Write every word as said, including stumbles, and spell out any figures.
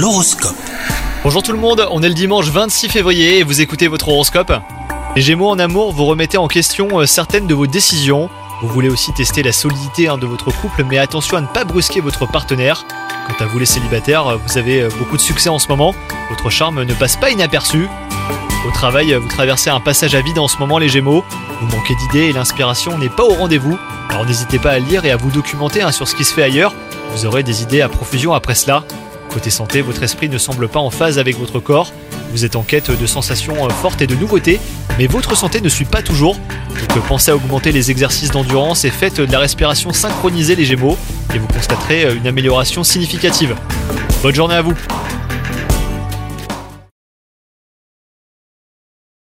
L'horoscope. Bonjour tout le monde, on est le dimanche vingt-six février et vous écoutez votre horoscope. Les Gémeaux, en amour, vous remettez en question euh, certaines de vos décisions. Vous voulez aussi tester la solidité hein, de votre couple, mais attention à ne pas brusquer votre partenaire. Quant à vous les célibataires, vous avez euh, beaucoup de succès en ce moment. Votre charme ne passe pas inaperçu. Au travail, vous traversez un passage à vide en ce moment les Gémeaux. Vous manquez d'idées et l'inspiration n'est pas au rendez-vous. Alors n'hésitez pas à lire et à vous documenter hein, sur ce qui se fait ailleurs. Vous aurez des idées à profusion après cela. Côté santé, votre esprit ne semble pas en phase avec votre corps. Vous êtes en quête de sensations fortes et de nouveautés, mais votre santé ne suit pas toujours. Donc pensez à augmenter les exercices d'endurance et faites de la respiration synchronisée les Gémeaux, et vous constaterez une amélioration significative. Bonne journée à vous!